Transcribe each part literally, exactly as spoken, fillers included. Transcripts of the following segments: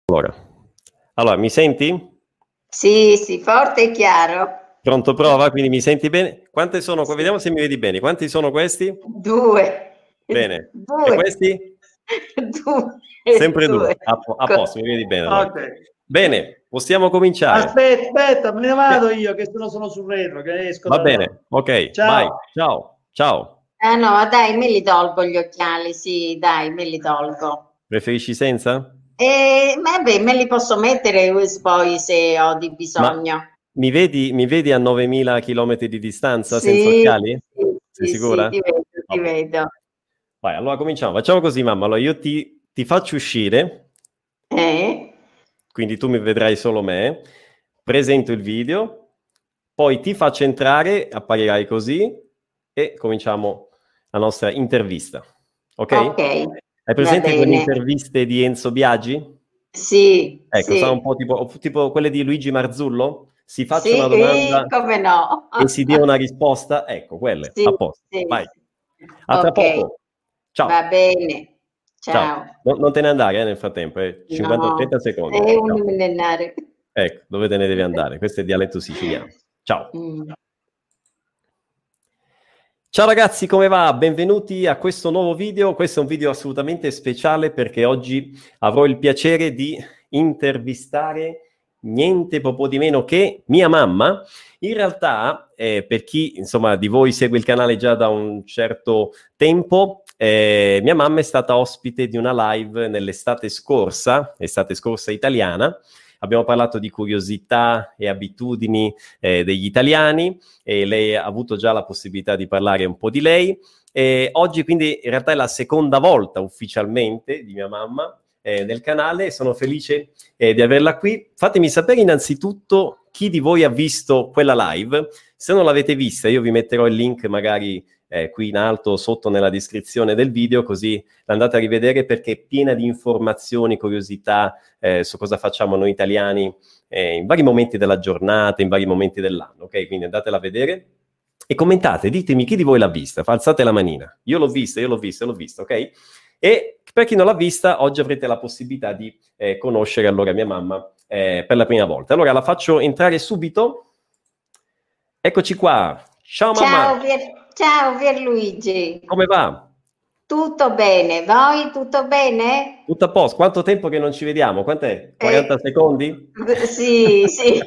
Allora. allora, mi senti? Sì, sì, forte e chiaro. Pronto prova, quindi mi senti bene? Quante sono? Sì. Vediamo se mi vedi bene. Quanti sono questi? Due. Bene. Due. E questi? Due. Sempre due. due. A, a posto, mi vedi bene. Allora. Okay. Bene, possiamo cominciare. Aspetta, aspetta, me ne vado io che sono, sono sul retro, che esco Va da bene, là. ok, Ciao. vai. Ciao, ciao. Ah no, dai, me li tolgo gli occhiali, sì, dai, me li tolgo. Preferisci senza? Eh, vabbè, me li posso mettere poi se ho di bisogno. Ma mi vedi, mi vedi a novemila chilometri di distanza sì, senza occhiali? Sì, Sei sì, sicura? Sì, ti vedo, ti okay. vedo. Vai, allora cominciamo. Facciamo così, mamma. Allora io ti, ti faccio uscire. Eh? Quindi tu mi vedrai solo me. Presento il video. Poi ti faccio entrare, apparirai così e cominciamo la nostra intervista. Ok? Ok. Hai presente quelle interviste di Enzo Biagi? Sì. Ecco, sì. Sono un po' tipo, tipo quelle di Luigi Marzullo? Si faccia sì, una domanda come no. e si dia una risposta? Ecco, quelle, Sì, a posto. sì. Vai. A tra okay. poco. Ciao. Va bene. Ciao. Ciao. No, non te ne andare eh, nel frattempo, eh. cinquanta trenta No, secondi. è un Ciao. millenare. Ecco, dove te ne devi andare? Questo è dialetto siciliano. Ciao. Mm. Ciao ragazzi, come va? Benvenuti a questo nuovo video. Questo è un video assolutamente speciale perché oggi avrò il piacere di intervistare niente po' di meno che mia mamma. In realtà, eh, per chi insomma di voi segue il canale già da un certo tempo, eh, mia mamma è stata ospite di una live nell'estate scorsa, estate scorsa italiana. Abbiamo parlato di curiosità e abitudini eh, degli italiani e lei ha avuto già la possibilità di parlare un po' di lei. E oggi quindi in realtà è la seconda volta ufficialmente di mia mamma eh, nel canale. Sono felice eh, di averla qui. Fatemi sapere innanzitutto chi di voi ha visto quella live. Se non l'avete vista, io vi metterò il link magari eh, qui in alto sotto nella descrizione del video, così l'andate a rivedere perché è piena di informazioni, curiosità eh, su cosa facciamo noi italiani eh, in vari momenti della giornata, in vari momenti dell'anno, ok? Quindi andatela a vedere e commentate, ditemi chi di voi l'ha vista, alzate la manina. Io l'ho vista, io l'ho vista, io l'ho vista, ok? E per chi non l'ha vista, oggi avrete la possibilità di eh, conoscere allora mia mamma eh, per la prima volta. Allora la faccio entrare subito. Eccoci qua. Ciao mamma. Ciao, Pier... Ciao Pierluigi. Come va? Tutto bene. Voi tutto bene? Tutto a posto. Quanto tempo che non ci vediamo? Quant'è? quaranta eh, secondi? Sì, sì.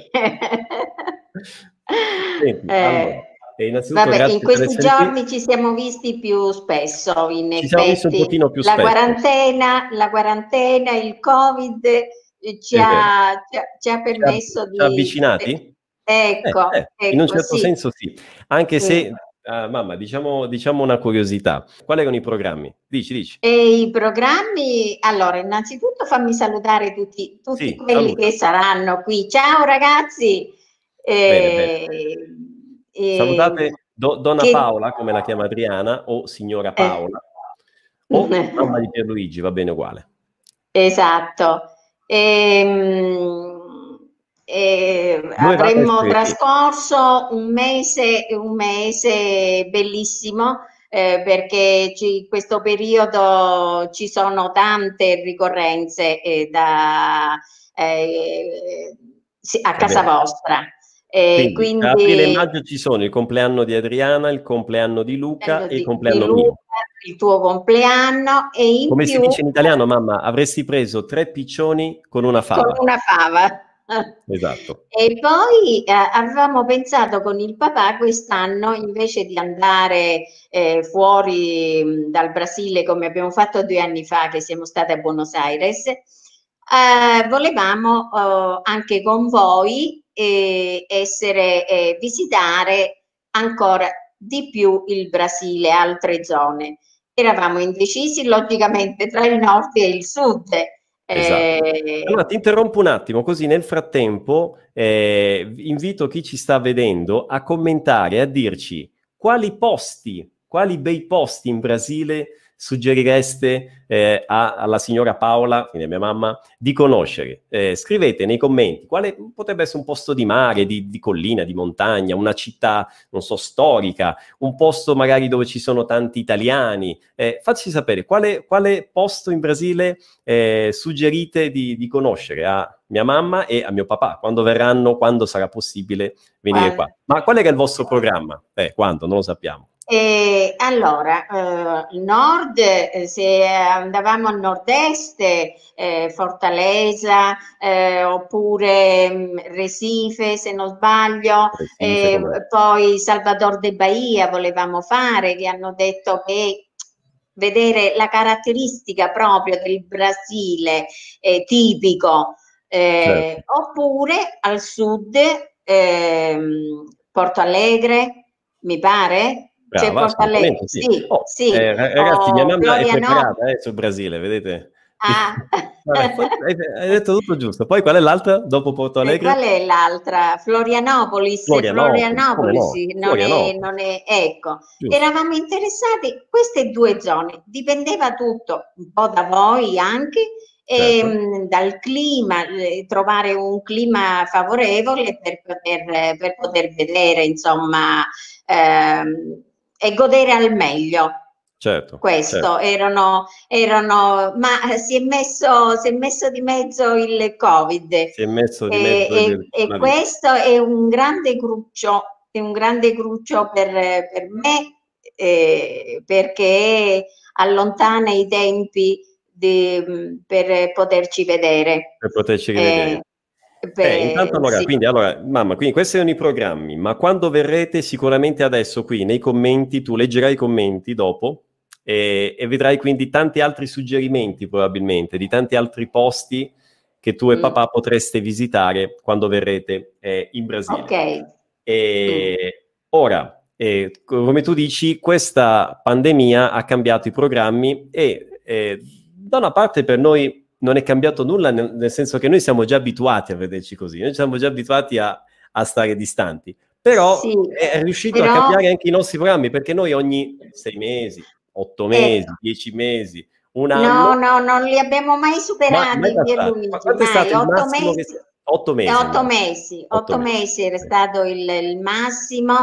Senti, eh, allora, e innanzitutto vabbè, grazie in per questi essere giorni qui. ci siamo visti più spesso, in Ci siamo visti un effetti. pochino più La spesso. quarantena, la quarantena, il Covid eh, ci ha, ci, ha, ci ha permesso ci ha, di... Ci ha avvicinati? Ecco, Eh, eh, ecco, in un certo sì. senso sì. Anche sì. se, uh, mamma, diciamo, diciamo una curiosità. Quali erano i programmi? Dici, dici. E i programmi, allora, innanzitutto fammi salutare tutti, tutti Sì, quelli saluta. che saranno qui. Ciao ragazzi! Bene, bene. Eh, eh, Salutate do, Donna che... Paola, come la chiama Adriana, o Signora Paola, eh. o mamma di Pierluigi, va bene uguale. Esatto. Ehm, eh, avremmo trascorso un mese, un mese bellissimo eh, perché in questo periodo ci sono tante ricorrenze eh, da, eh, a casa vostra. Eh, quindi, quindi tra aprile e maggio ci sono il compleanno di Adriana, il compleanno di Luca e il compleanno Luca, mio. Il tuo compleanno e in Come più... si dice in italiano, mamma, avresti preso tre piccioni con una fava. Con una fava. Esatto. E poi eh, avevamo pensato con il papà quest'anno, invece di andare eh, fuori mh, dal Brasile, come abbiamo fatto due anni fa, che siamo stati a Buenos Aires, eh, volevamo eh, anche con voi eh, essere, eh, visitare ancora di più il Brasile, altre zone. Eravamo indecisi, logicamente, tra il nord e il sud. Esatto. Eh... Allora ti interrompo un attimo, così nel frattempo eh, invito chi ci sta vedendo a commentare, a dirci quali posti, quali bei posti in Brasile suggerireste eh, a, alla signora Paola, quindi a mia mamma, di conoscere? Eh, scrivete nei commenti quale potrebbe essere un posto di mare, di, di collina, di montagna, una città, non so, storica, un posto magari dove ci sono tanti italiani. Eh, fateci sapere quale, quale posto in Brasile eh, suggerite di, di conoscere a mia mamma e a mio papà, quando verranno, quando sarà possibile venire Guarda. qua. Ma qual era il vostro programma? Eh, quando? Non lo sappiamo. Eh, allora, eh, nord, eh, se andavamo a nord-est, eh, Fortaleza, eh, oppure mh, Recife, se non sbaglio, Recife, eh, come- poi Salvador de Bahia volevamo fare, che hanno detto che vedere la caratteristica proprio del Brasile eh, tipico, eh, Certo. oppure al sud, ehm, Porto Alegre, mi pare. C'è Brava, Porto Alegre, assolutamente sì. sì, Oh, sì, eh, ra- ragazzi, mia o mamma è Florianò. preparata eh, sul Brasile, vedete? Ah. Vabbè, poi hai, hai detto tutto giusto. Poi qual è l'altra dopo Porto E qual Alegre? è l'altra? Florianopolis, Florianopoli, come Florianopolis, no? non è, Florianopoli, non è, ecco, giusto. eravamo interessati queste due zone, dipendeva tutto un po' da voi anche, Certo. e, dal clima, eh, trovare un clima favorevole per poter, per poter vedere, insomma, ehm, e godere al meglio. Certo, Questo certo. erano, erano, ma si è messo, si è messo di mezzo il Covid Si è messo di e, mezzo e- il e coronavirus. questo è un grande cruccio, è un grande cruccio per, per me, eh, perché allontana i tempi di- per poterci vedere. Per poterci Eh, rivedere. Eh, intanto beh, allora, sì. quindi, allora, mamma, quindi questi sono i programmi, ma quando verrete sicuramente adesso qui nei commenti, tu leggerai i commenti dopo e, e vedrai quindi tanti altri suggerimenti probabilmente, di tanti altri posti che tu e Mm. papà potreste visitare quando verrete eh, in Brasile. Ok. E Mm. ora, eh, come tu dici, questa pandemia ha cambiato i programmi e eh, da una parte per noi non è cambiato nulla, nel, nel senso che noi siamo già abituati a vederci così, noi siamo già abituati a, a stare distanti, però Sì, è riuscito a però cambiare anche i nostri programmi, perché noi ogni sei mesi, otto mesi, ecco, dieci mesi, un no, anno, no, non li abbiamo mai ma mai superati, passati. Ma Pierluigi, quanto è mai. stato il Otto massimo che... mesi, Otto eh, mesi il otto massimo. mesi, Otto otto mesi. mesi era Sì. stato il, il massimo.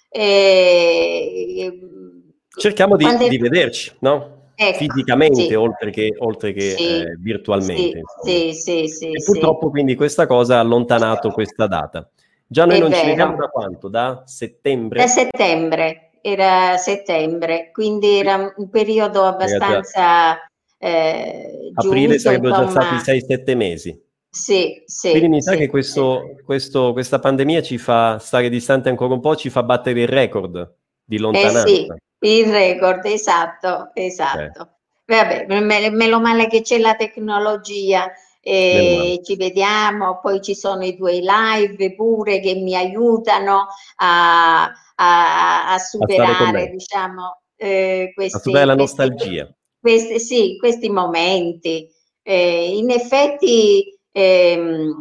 eh, Cerchiamo di, quando è- di vederci, no? Ecco, Fisicamente, sì, oltre che, oltre che sì, eh, virtualmente, sì, insomma. sì, sì, sì, E sì, purtroppo quindi questa cosa ha allontanato questa data. Già noi è non ci vediamo da vero. quanto? Da Da settembre? settembre, era settembre, quindi era un periodo Era già... abbastanza eh, Aprile giusto, sarebbero già stati insomma. sei sette mesi. Sì, Quindi sì, mi sa sì, che sì. questo, questo- questa pandemia ci fa stare distanti ancora un po', ci fa battere il record di Eh sì, lontananza. il record, esatto, Eh, esatto. Vabbè, me- meno male che c'è la tecnologia, meno male. e ci vediamo, poi ci sono i tuoi live pure che mi aiutano a, a- a A stare con superare, me, diciamo, eh, a superare questi, la questi, nostalgia. questi, sì, questi momenti. Eh, in effetti, ehm,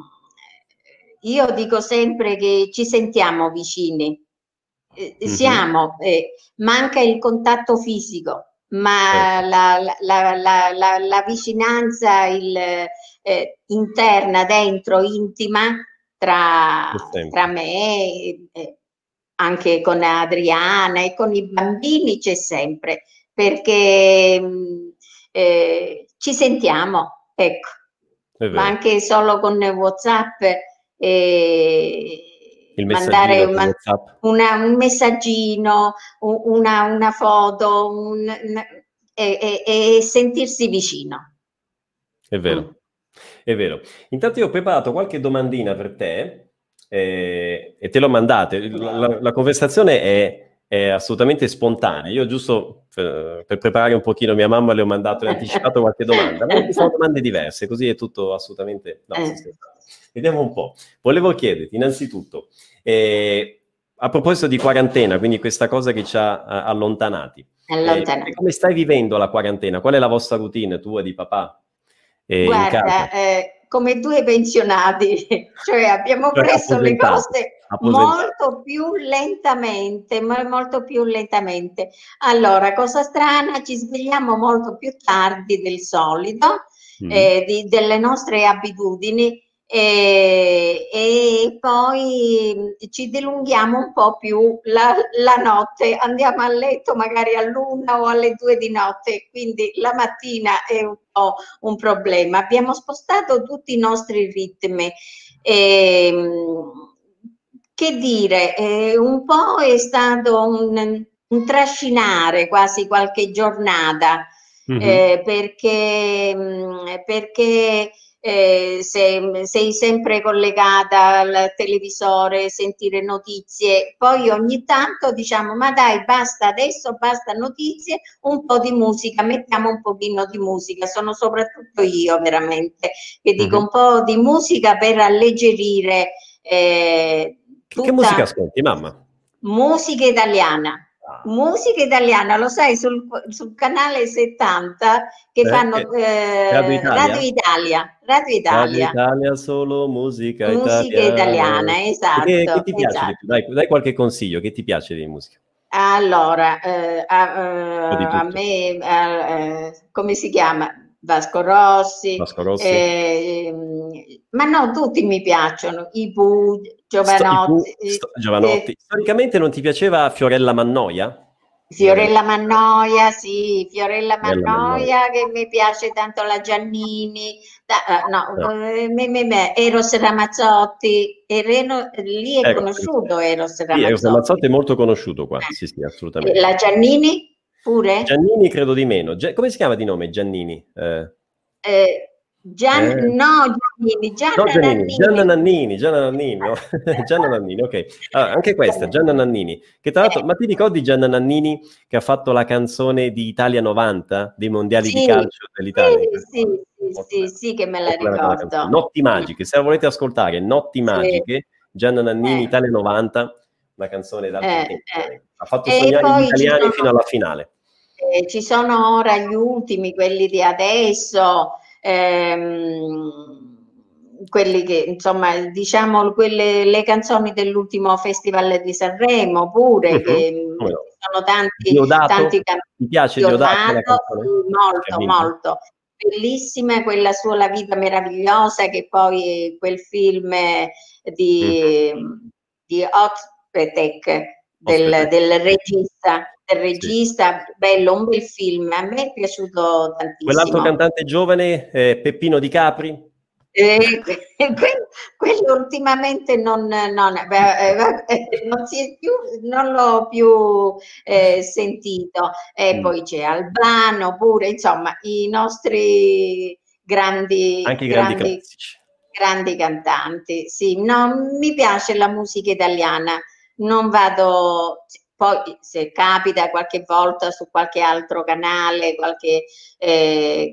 io dico sempre che ci sentiamo vicini. Eh, Mhm. siamo, eh, manca il contatto fisico, ma Certo, la, la- la- la- la- la vicinanza il, eh, interna, dentro, intima, tra, c'è tra sempre. me, e, e anche con Adriana e con i bambini c'è sempre, perché mh, eh, ci sentiamo, ecco, È ma vero. anche solo con WhatsApp, eh, Il mandare messaggino per una, WhatsApp. una, un messaggino, una, una foto un, un, e, e, e sentirsi vicino. È Mm. vero, è vero. Intanto io ho preparato qualche domandina per te eh, e te l'ho mandate. La, la- la conversazione è, è assolutamente spontanea. Io giusto per, per preparare un pochino mia mamma le ho mandato in anticipato qualche domanda, ma queste sono domande diverse, così è tutto assolutamente... No, sto Eh. scherzando. Vediamo un po'. Volevo chiederti innanzitutto, eh, a proposito di quarantena, quindi questa cosa che ci ha eh, allontanati, eh, Allontanato. come stai vivendo la quarantena? Qual è la vostra routine tua e di papà? Eh, in Guarda, casa. eh, come due pensionati, cioè abbiamo Cioè, preso le apposentati, cose apposentati. molto più lentamente, ma molto più lentamente. Allora, cosa strana, ci svegliamo molto più tardi del solito, Mm. eh, di- delle nostre abitudini. E, e poi ci dilunghiamo un po' più la, la notte, andiamo a letto magari all'una o alle due di notte, quindi la mattina è un po' un problema. Abbiamo spostato tutti i nostri ritmi. E, che dire, eh, un po' è stato un, un trascinare quasi qualche giornata, Mhm. eh, perché, mh, perché eh, se, sei sempre collegata al televisore, sentire notizie, poi ogni tanto diciamo ma dai basta adesso, basta notizie, un po' di musica, mettiamo un pochino di musica, sono soprattutto io veramente che dico Mhm. un po' di musica per alleggerire eh, Che, che musica tutta ascolti, mamma? musica italiana. Ah, Musica italiana, lo sai, sul, sul canale settanta che eh, fanno che- Radio eh, Italia? Radio Italia, Radio Radio Italia, Italia, solo musica musica italiana. italiana, E Che, che esatto, ti piace di più? esatto. Dai, dai qualche consiglio, che ti piace di musica? Allora, eh, a, Un po' di eh, a tutto. me, eh, eh, come si chiama? Vasco Rossi, Vasco Rossi? eh, ma no, tutti mi piacciono, i Pooh, Sto- i Pooh, Giovanotti, eh, sto- Giovanotti. Storicamente non ti piaceva Fiorella Mannoia? Fiorella Mannoia, sì, Fiorella Fiorella Mannoia. Mannoia che mi piace tanto, la Giannini, da- eh, no, No. eh, me- me- me, Eros Ramazzotti, e Reno- lì è Ecco, conosciuto Eros sì, Eros Ramazzotti. Ramazzotti è molto conosciuto qua, Eh. sì, sì, E assolutamente. la Giannini pure? Giannini credo di meno. Gia- come si chiama di nome Giannini? Eh, Eh, Gian, eh? no, Giannini, No, Gianna Giannini, Gianna Nannini. Nannini, Gianna Nannini, no? Gianna Nannini, ok. Allora, anche questa, Gianna Nannini, che tra l'altro, Eh, ma ti ricordi Gianna Nannini che ha fatto la canzone di Italia novanta, dei mondiali di sì, calcio dell'Italia? sì, sì, sì, Molto sì, bella, sì, che me la molto bella quella ricordo. canzone. Notti Mm, magiche, se la volete ascoltare, Notti sì, magiche, Gianna Nannini, eh, Italia novanta, una canzone d'altri eh, tempi, eh. veramente. Ha fatto E sognare gli poi ci italiani sono, fino alla finale. eh, ci sono ora gli ultimi, quelli di adesso, ehm, quelli che, insomma, diciamo, quelle, le canzoni dell'ultimo Festival di Sanremo pure, Mhm, che mm, come no. ci sono tanti, Diodato, tanti cantanti. ti piace Diodato la Diodato, canzone? sì, Che ha molto, vinto? molto. Bellissima quella sua La vita meravigliosa, che poi quel film Mm. di, di Otzpetek, del, Ospite. del regista, del Sì. regista, bello, un bel film, a me è piaciuto Quell'altro tantissimo. cantante giovane, eh, Peppino Di Capri? Eh, que- que- quello ultimamente non, non, beh, eh, vabbè, non si è più, non l'ho più eh, sentito. E Mm. poi c'è Albano pure, insomma, i nostri grandi, Anche i grandi grandi, classici. grandi cantanti. Sì, no, mi piace la musica italiana, non vado. Poi se capita qualche volta su qualche altro canale, qualche eh,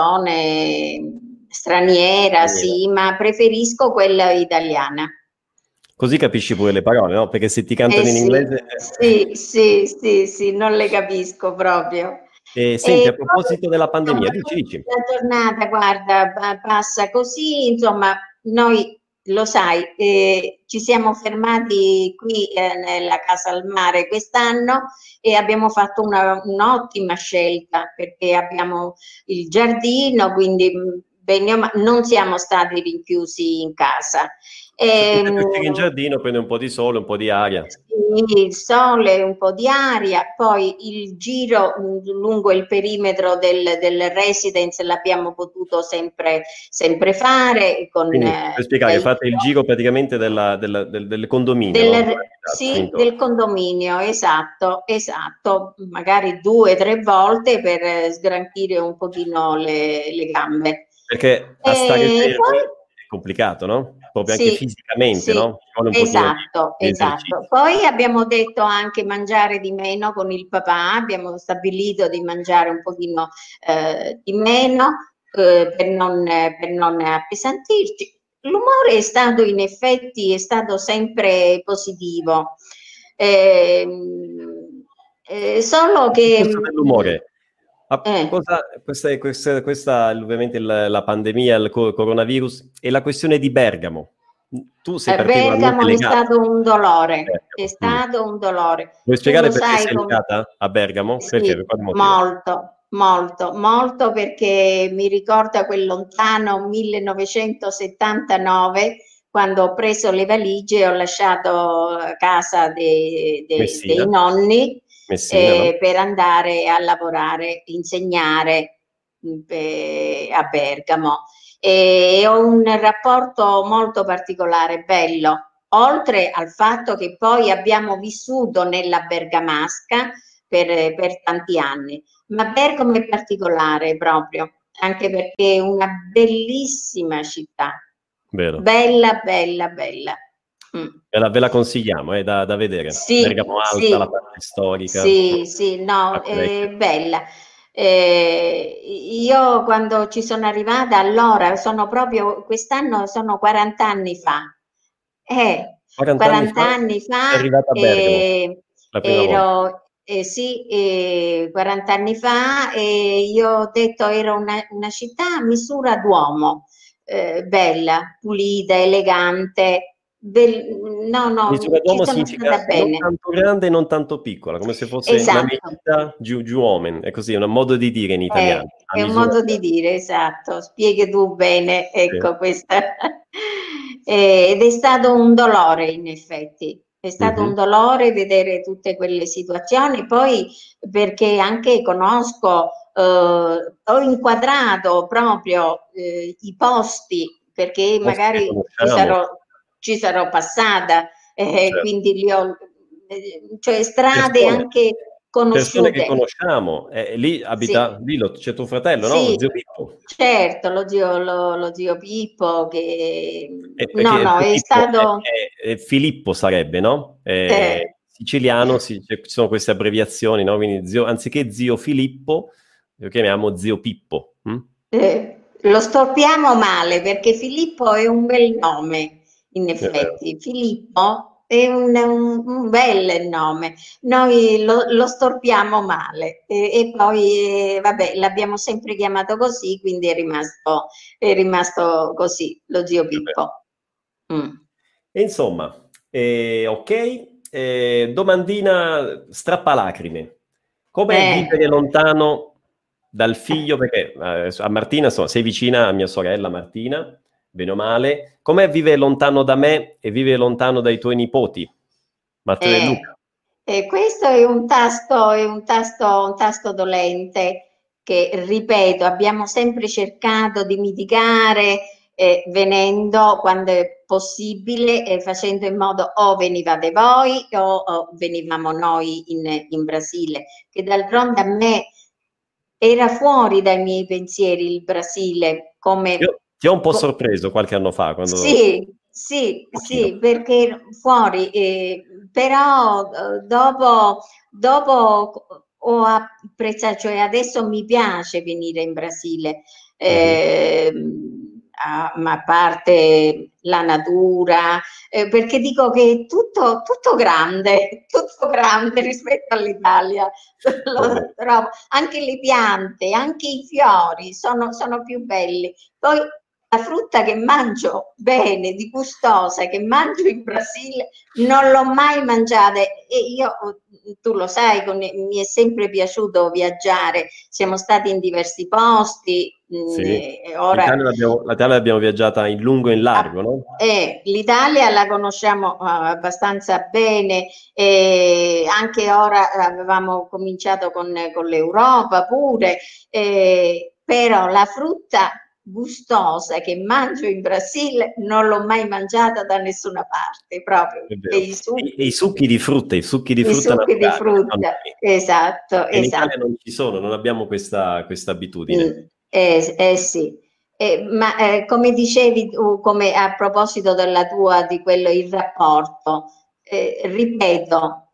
canzone straniera, Straniera. sì, ma preferisco quella italiana. Così capisci pure le parole, no? Perché se ti Eh cantano in sì, inglese... sì, sì, sì, sì, non le capisco proprio. Eh, senti, a E poi, proposito della pandemia, insomma, dici, dici. la giornata, guarda, pa- passa così, insomma, noi lo sai, eh, ci siamo fermati qui eh, nella Casa al Mare quest'anno e abbiamo fatto una- un'ottima scelta perché abbiamo il giardino, quindi mh, bene o ma- non siamo stati rinchiusi in casa. Se E, potete uscire in mh, giardino, prende un po' di sole, un po' di aria. sì, il sole, un po' di aria, poi il giro mh, lungo il perimetro del, del residence l'abbiamo potuto sempre, sempre fare con Quindi, per eh, spiegare, dei- fate il giro praticamente della- della- del, del condominio, no? del, Dove abitate, sì, intorno. del condominio, esatto, esatto, magari due o tre volte per eh, sgranchire un pochino le, le gambe. Perché a stare E fermi poi è complicato, no? Proprio anche sì, fisicamente, sì, no? Ci vuole un pochino di, esatto, di esatto. esercizio. Poi abbiamo detto anche mangiare di meno con il papà, abbiamo stabilito di mangiare un pochino eh, di meno eh, per non, per non appesantirci. L'umore è stato in effetti, è stato sempre positivo, eh, eh, solo Il che discorso mh, dell'umore. Eh. Cosa, questa, questa, questa ovviamente la, la pandemia, il coronavirus e la questione di Bergamo. Tu sei Bergamo è stato un dolore, Bergamo. è stato mm. un dolore. Vuoi spiegare tu perché sai sei legata a Bergamo? Sì, perché? Per molto, molto, molto perché mi ricorda quel lontano millenovecentosettantanove quando ho preso le valigie e ho lasciato casa de, de, dei nonni Messina, eh, no? per andare a lavorare, insegnare eh, a Bergamo. E ho un rapporto molto particolare, bello, oltre al fatto che poi abbiamo vissuto nella Bergamasca per, per tanti anni, ma Bergamo è particolare proprio, anche perché è una bellissima città, Vero. bella, bella, bella. Mm. Ve, la, ve la consigliamo, è da, da vedere. Sì, Bergamo Alta, sì, la parte storica. Sì, sì, no, è bella. Eh, io quando ci sono arrivata, allora sono proprio, quest'anno sono quaranta anni fa. Eh, quaranta, quaranta anni fa, sei arrivata a Bergamo, eh, la prima ero, volta. Eh, sì, eh, quaranta anni fa, e io ho detto era una, una città a misura d'uomo, eh, bella, pulita, elegante. Bel, no, no, misura d'uomo ci sono significa stata bene. Non tanto grande e non tanto piccola, come se fosse Esatto. una medita giù, giù omen, è così, è un modo di dire in italiano. Eh, è un modo di dire, esatto, spieghi tu bene, ecco, sì. Questa. Ed è stato un dolore in effetti, è stato uh-huh. un dolore vedere tutte quelle situazioni, poi perché anche conosco, eh, ho inquadrato proprio eh, i posti, perché posti magari ci sarò, ci sarò passata, eh, certo. Quindi li ho, cioè strade persone, anche conosciute. Persone che conosciamo, eh, lì abita, sì. Lì c'è tuo fratello, sì. No? Lo zio Pippo. Certo, lo zio, lo, lo zio Pippo che... No, no, è Pippo stato... È, è, è Filippo sarebbe, no? È, eh. Siciliano, si, ci sono queste abbreviazioni, no? Quindi zio, anziché zio Filippo, lo chiamiamo zio Pippo. Hm? Eh, lo storpiamo male, perché Filippo è un bel nome, in effetti. Filippo... è un, un, un bel nome, noi lo, lo storpiamo male e, e poi eh, vabbè, l'abbiamo sempre chiamato così, quindi è rimasto, è rimasto così, lo zio Pippo. Mm. E insomma, eh, ok, eh, domandina strappalacrime, come eh. vivere lontano dal figlio, perché eh, a Martina, insomma, sei vicina a mia sorella Martina, bene o male, com'è vivere lontano da me e vivere lontano dai tuoi nipoti, Martina eh, e Luca? E questo è un tasto, è un tasto, un tasto dolente che, ripeto, abbiamo sempre cercato di mitigare eh, venendo quando è possibile e facendo in modo o venivate voi o, o venivamo noi in, in Brasile, che d'altronde a me era fuori dai miei pensieri il Brasile come... Io ti ho un po' sorpreso qualche anno fa. Quando... Sì, sì, sì, perché fuori, eh, però dopo, dopo ho apprezzato, cioè adesso mi piace venire in Brasile, eh, uh-huh. a, ma a parte la natura, eh, perché dico che è tutto, tutto grande, tutto grande rispetto all'Italia, lo trovo. Anche le piante, anche i fiori sono, sono più belli. Poi la frutta che mangio bene, di gustosa, che mangio in Brasile, non l'ho mai mangiata e io, tu lo sai, con, mi è sempre piaciuto viaggiare, siamo stati in diversi posti. Sì. Ora, l'Italia l'abbiamo, l'Italia l'abbiamo viaggiata in lungo e in largo, ah, no? Eh, L'Italia la conosciamo uh, abbastanza bene, e anche ora avevamo cominciato con, con l'Europa pure, eh, però la frutta gustosa che mangio in Brasile non l'ho mai mangiata da nessuna parte, proprio. E i, succhi, I, I succhi di frutta, i succhi di frutta, i succhi di frutta, esatto, e in esatto. Italia non ci sono, non abbiamo questa, questa abitudine. Mm, eh, eh sì, eh, ma eh, come dicevi tu, come a proposito della tua, di quello, il rapporto, eh, ripeto,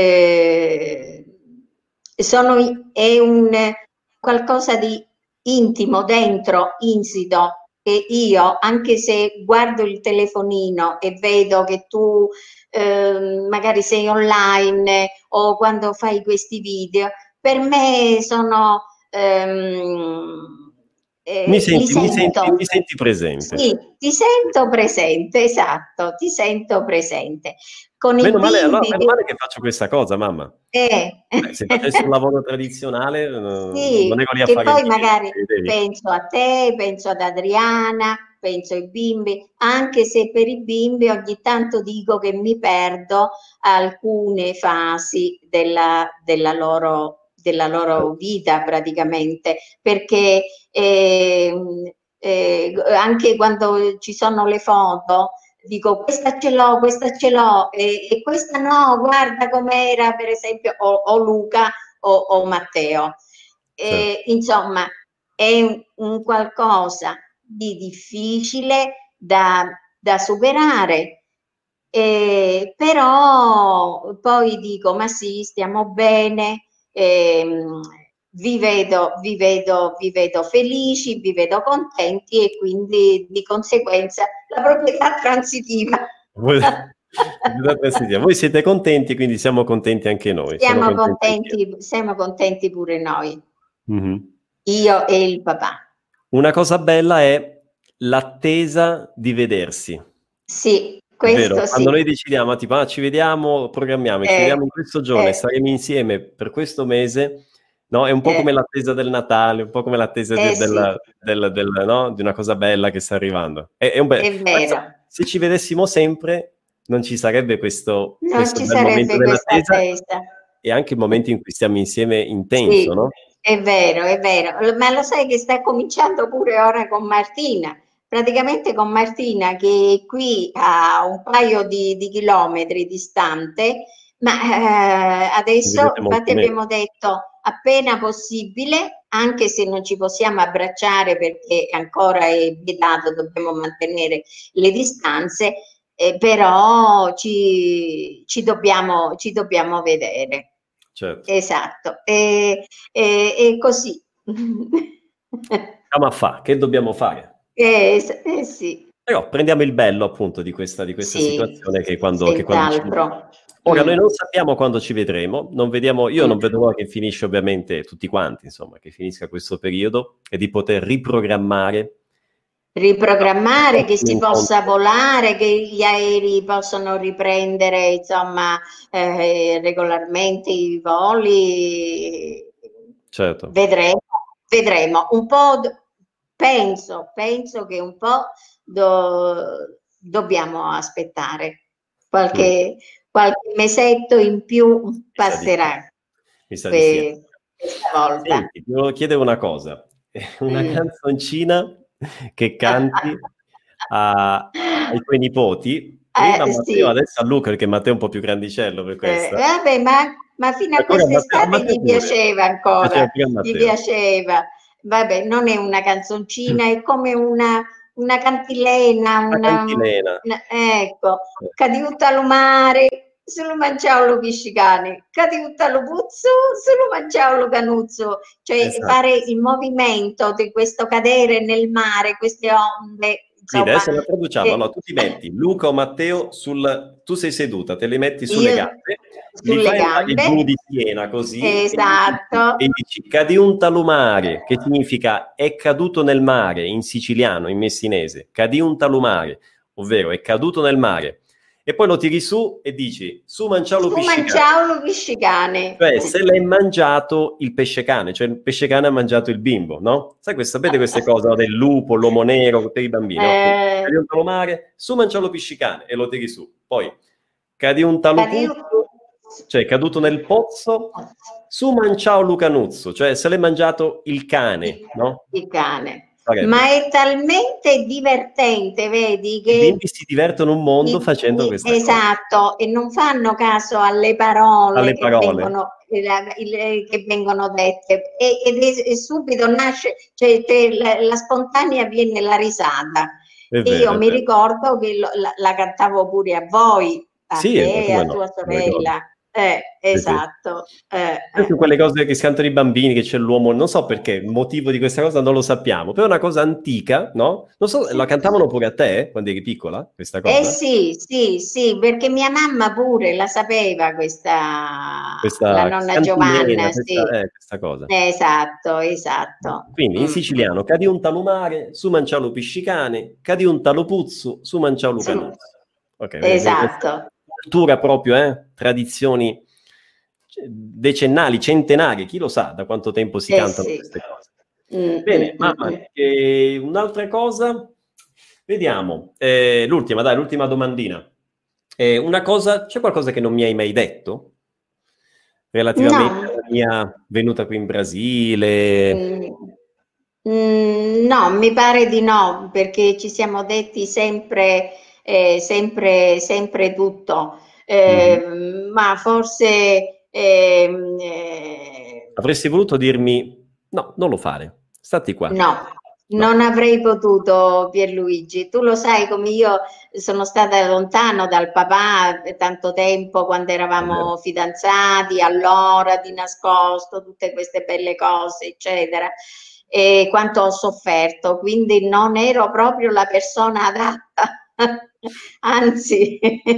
eh, sono, è un qualcosa di intimo, dentro, insito, che io, anche se guardo il telefonino e vedo che tu eh, magari sei online o quando fai questi video, per me sono ehm, Eh, mi, senti, sento, mi, senti, mi senti presente. Sì, ti sento presente, esatto, ti sento presente. Con meno, i male, allora, bimbi meno male che faccio questa cosa, mamma. eh. Eh, se facessi un lavoro tradizionale, Sì, non ero lì a che fare poi il magari video, penso a te, penso ad Adriana, penso ai bimbi, anche se per i bimbi ogni tanto dico che mi perdo alcune fasi della, della loro, della loro vita praticamente, perché eh, eh, anche quando ci sono le foto dico questa ce l'ho, questa ce l'ho e, e questa no, guarda com'era per esempio o, o Luca o, o Matteo. E, sì. Insomma, è un, un qualcosa di difficile da, da superare, eh, però poi dico ma sì, stiamo bene, ehm, vi vedo, vi vedo, vi vedo felici, vi vedo contenti e quindi di conseguenza la proprietà transitiva. Voi, voi siete contenti, quindi siamo contenti anche noi. Siamo contenti, siamo contenti pure noi. Mm-hmm. Io e il papà. Una cosa bella è l'attesa di vedersi. Sì, questo Vero? sì. Quando noi decidiamo, tipo, ah, ci vediamo, programmiamo, eh, ci vediamo in questo giorno eh. e staremo insieme per questo mese, no? È un po' eh. come l'attesa del Natale, un po' come l'attesa eh, di, del, sì. del, del, no? di una cosa bella che sta arrivando. È, è, un bel... è vero. Se ci vedessimo sempre, non ci sarebbe questo, non questo ci bel momento sarebbe questa dell'attesa attesa. e anche il momento in cui stiamo insieme intenso, sì, no? È vero, è vero, ma lo sai che sta cominciando pure ora con Martina. Praticamente con Martina che è qui a un paio di, di chilometri distante, ma eh, adesso infatti abbiamo detto appena possibile, anche se non ci possiamo abbracciare perché ancora è vietato, dobbiamo mantenere le distanze, eh, però ci, ci, dobbiamo, ci dobbiamo vedere. Certo. Esatto, e, e, e così. Ma fa, che dobbiamo fare? Eh, eh sì. Però prendiamo il bello appunto di questa, di questa sì, situazione che quando, che quando ci... mm. Ora noi non sappiamo quando ci vedremo, non vediamo, io mm. non vedo l'ora che finisce ovviamente tutti quanti, insomma, che finisca questo periodo e di poter riprogrammare. Riprogrammare, no, che si possa volare, che gli aerei possano riprendere, insomma, eh, regolarmente i voli. Certo. Vedremo, vedremo. Un po', penso, penso che un po' do, dobbiamo aspettare. Qualche, mm. qualche mesetto in più passerà. Mi sa di sì. Questa volta. Senti, ti volevo chiedere una cosa. Una mm. canzoncina che canti a, ai tuoi nipoti, prima eh, Matteo, sì. adesso a Luca, perché Matteo è un po' più grandicello per questa. Eh, vabbè, ma, ma fino a quest'estate gli piaceva ancora, gli piaceva. Vabbè, non è una canzoncina, è come una, una cantilena, una, una cantilena. Una, ecco, caduta al mare, solo mangiavo lo piscicane, caduta lo puzzo, solo mangiavo lo canuzzo, cioè esatto. Fare il movimento di questo cadere nel mare, queste onde. Quindi adesso la traduciamo, eh, allora tu ti metti Luca o Matteo sul, tu sei seduta, te li metti sulle io, gambe, sulle li fai gambe, il giù di schiena così, esatto, e dici cadiunta lumare, che significa è caduto nel mare in siciliano, in messinese, cadiunta lumare, ovvero è caduto nel mare. E poi lo tiri su e dici su manciaulo piscicane. Su manciaulo piscicane. Cioè se l'hai mangiato il pesce cane, cioè il pesce cane ha mangiato il bimbo, no? Sai, questo, sapete queste cose, no? Del lupo, l'uomo nero per i bambini, eh... no? Cadi un talomare, su manciaulo piscicane e lo tiri su. Poi cadi un talopuzzo, cioè caduto nel pozzo, su manciaulo canuzzo, cioè se l'hai mangiato il cane, no? Il cane. Ma è talmente divertente, vedi, che i bimbi si divertono un mondo i, facendo questa esatto, cosa. E non fanno caso alle parole, alle che, parole. Vengono, che vengono dette e, ed è, e subito nasce, cioè te, la, la spontanea viene la risata. È e vero, io mi ricordo che lo, la, la cantavo pure a voi, a sì, te e a no, tua sorella. Eh, esatto. Eh, Anche eh. quelle cose che si cantano i bambini, che c'è l'uomo, non so perché, il motivo di questa cosa non lo sappiamo, però è una cosa antica, no? Non so, Sì. la cantavano pure a te, quando eri piccola, questa cosa? Eh sì, sì, sì, perché mia mamma pure la sapeva questa, la Questa nonna cantilena, Giovanna, sì. questa, eh, questa cosa. Esatto, esatto. Quindi in Mm. siciliano, cadi un talo mare, su mancialo piscicane, cadi un talo puzzu, su mancialo Sì. canuzzo. Ok, Esatto. cultura proprio, eh? Tradizioni decennali, centenari, chi lo sa da quanto tempo si Eh cantano sì. queste cose. Mm, Bene, mm, mamma, mm. eh, un'altra cosa, vediamo, eh, l'ultima, dai, l'ultima domandina. Eh, una cosa, c'è qualcosa che non mi hai mai detto? Relativamente No. alla mia venuta qui in Brasile? Mm. Mm, no, mi pare di no, perché ci siamo detti sempre, eh, sempre, sempre tutto. Eh, Mm-hmm. ma forse ehm, eh, Avresti voluto dirmi, no, non lo fare, stati qua. no, No. non avrei potuto, Pierluigi. Tu lo sai come io sono stata lontano dal papà tanto tempo quando eravamo fidanzati, allora di nascosto, tutte queste belle cose, eccetera. E quanto ho sofferto, quindi non ero proprio la persona adatta. Anzi,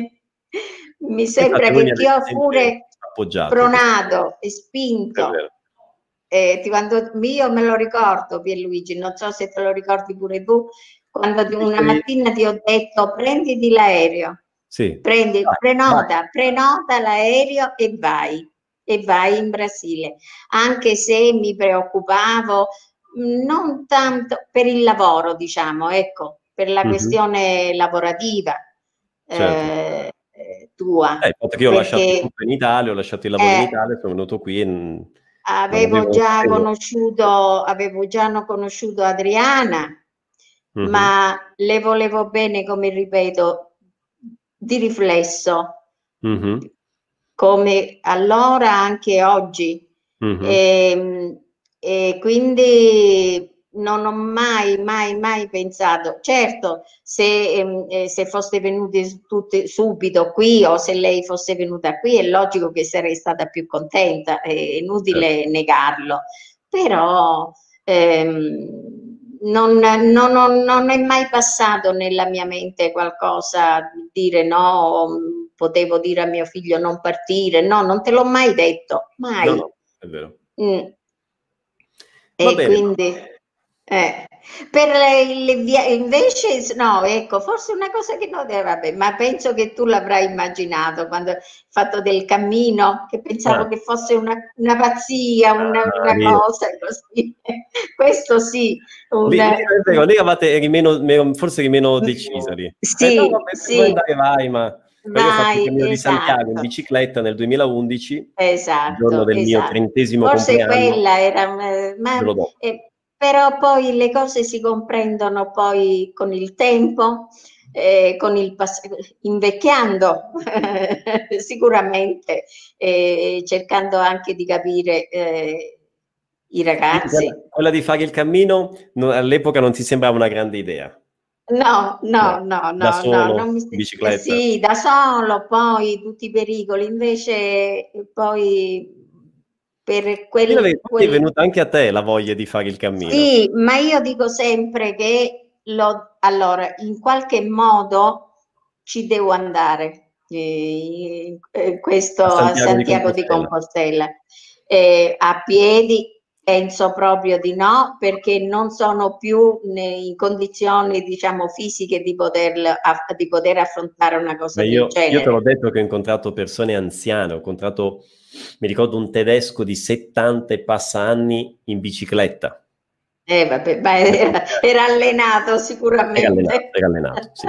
mi sembra Infatti voi mi che ti avete ho sempre pure appoggiato in questo spronato e è spinto. vero. Eh, ti, quando, io me lo ricordo, Pierluigi, non so se te lo ricordi pure tu, quando ti, una Dicevi- mattina ti ho detto prenditi l'aereo, Sì. prendi, Vai, prenota, vai. prenota l'aereo e vai, e vai in Brasile, anche se mi preoccupavo non tanto per il lavoro, diciamo, ecco, per la Mhm. questione lavorativa Certo. eh, eh, tua, Eh, perché io ho lasciato perché tutto in Italia, ho lasciato il lavoro in eh, Italia, sono venuto qui e n- non Avevo avevo già quello. conosciuto, avevo già conosciuto Adriana, Mhm. ma le volevo bene, come ripeto, di riflesso, Mhm. come allora anche oggi. Mhm. E, e quindi non ho mai, mai, mai pensato, certo, se, eh, se foste venuti tutti subito qui o se lei fosse venuta qui, è logico che sarei stata più contenta, è inutile Certo. negarlo, però ehm, non, non, non, non è mai passato nella mia mente qualcosa di dire no, potevo dire a mio figlio non partire, no, non te l'ho mai detto, mai. No, no, è vero. Mm. Va E bene. quindi, eh, per le, le via- invece, no, ecco, forse una cosa che non, eh, vabbè, ma penso che tu l'avrai immaginato quando hai fatto del cammino, che pensavo Ah, che fosse una, una pazzia, una, ah, una lì, cosa così. Questo sì, un, lì, lì è vero, lì eravate, eri meno, meno- forse eri meno decisa lì. Eh, no, sì, vabbè, se vuoi sì, andare vai, ma... ma io ho fatto il vai, Cammino di Santiago in esatto. bicicletta nel duemilaundici, il giorno Esatto, del mio esatto. trentesimo Forse compleanno, quella era, eh, ma, giorno dopo. eh, però poi le cose si comprendono poi con il tempo, eh, con il pass- invecchiando sicuramente, eh, cercando anche di capire eh, i Quindi ragazzi. quella, quella di fare il cammino no, all'epoca non ti sembrava una grande idea. No, No, no, no, da no, no, solo, non mi... in eh bicicletta. sì, da solo, poi tutti i pericoli, invece eh, poi per Quindi quel, ave- quindi è quel... venuta anche a te la voglia di fare il cammino. Sì, ma io dico sempre che lo, allora, in qualche modo ci devo andare, eh, eh, questo A a Santiago di Santiago di Compostela. Compostela. Eh, a piedi penso proprio di no, perché non sono più in condizioni, diciamo, fisiche di poter, di poter affrontare una cosa Ma del io, io te l'ho genere. detto che ho incontrato persone anziane, ho incontrato, mi ricordo un tedesco di settanta e passa anni in bicicletta. Eh, vabbè, ma era, era allenato Era allenato, sicuramente. era allenato, sì.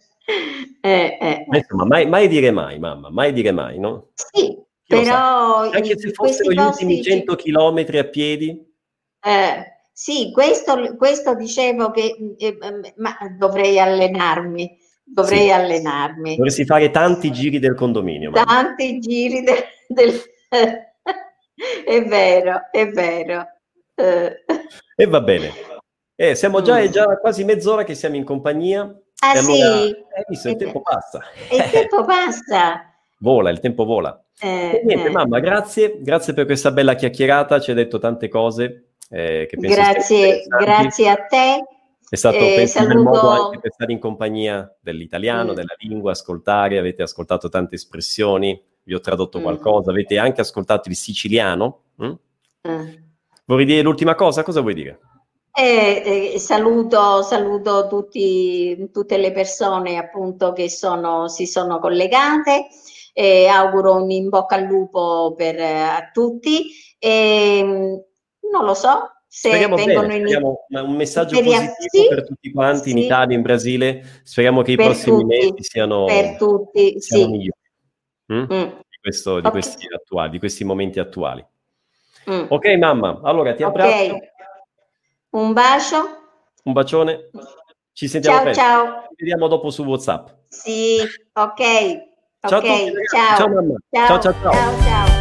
Eh, eh, Ma eh. insomma, mai, mai dire mai, mamma, mai dire mai, no? Sì, Chi lo sa? però Anche i- se fossero questi gli ultimi posti, ci- cento chilometri a piedi, eh, sì, questo, questo dicevo che eh, eh, ma dovrei allenarmi, sì. dovrei allenarmi. Dovresti fare tanti giri del condominio, mamma. Tanti giri del... del- È vero, è vero. Eh. E va bene. Eh, siamo già, è Mm. già quasi mezz'ora che siamo in compagnia Ah e allora, sì, hai visto, il e, tempo passa. e il tempo passa. vola, il tempo vola. Eh, E niente, eh. mamma, grazie, grazie per questa bella chiacchierata, ci hai detto tante cose eh, che penso siano Grazie, interessanti. grazie a te. È stato Eh, penso, un bel saluto- modo anche per stare in compagnia dell'italiano, Mm. della lingua, ascoltare, avete ascoltato tante espressioni, vi ho tradotto Mm. qualcosa, avete anche ascoltato il siciliano. Mm? Eh. Vorrei dire l'ultima cosa? Cosa vuoi dire? Eh, eh, saluto, saluto tutti, tutte le persone appunto che sono, si sono collegate e auguro un in bocca al lupo per, eh, a tutti. E, non lo so se Speriamo vengono bene, in speriamo ma un messaggio Speria- positivo sì, per tutti quanti in sì, Italia, in Brasile. Speriamo che i per prossimi tutti, mesi siano, per tutti, siano sì. migliori mm? Mm. di, questo, di Ok. questi attuali, di questi momenti attuali. Mm. Ok, mamma, allora ti abbraccio, Ok, un bacio. un bacione, ci sentiamo Ciao presto. ciao. Ci vediamo dopo su WhatsApp. Sì, ok, Ciao a ok, tutti, ragazzi. ciao. Ciao, mamma. Ciao, Ciao, ciao, ciao. ciao, ciao.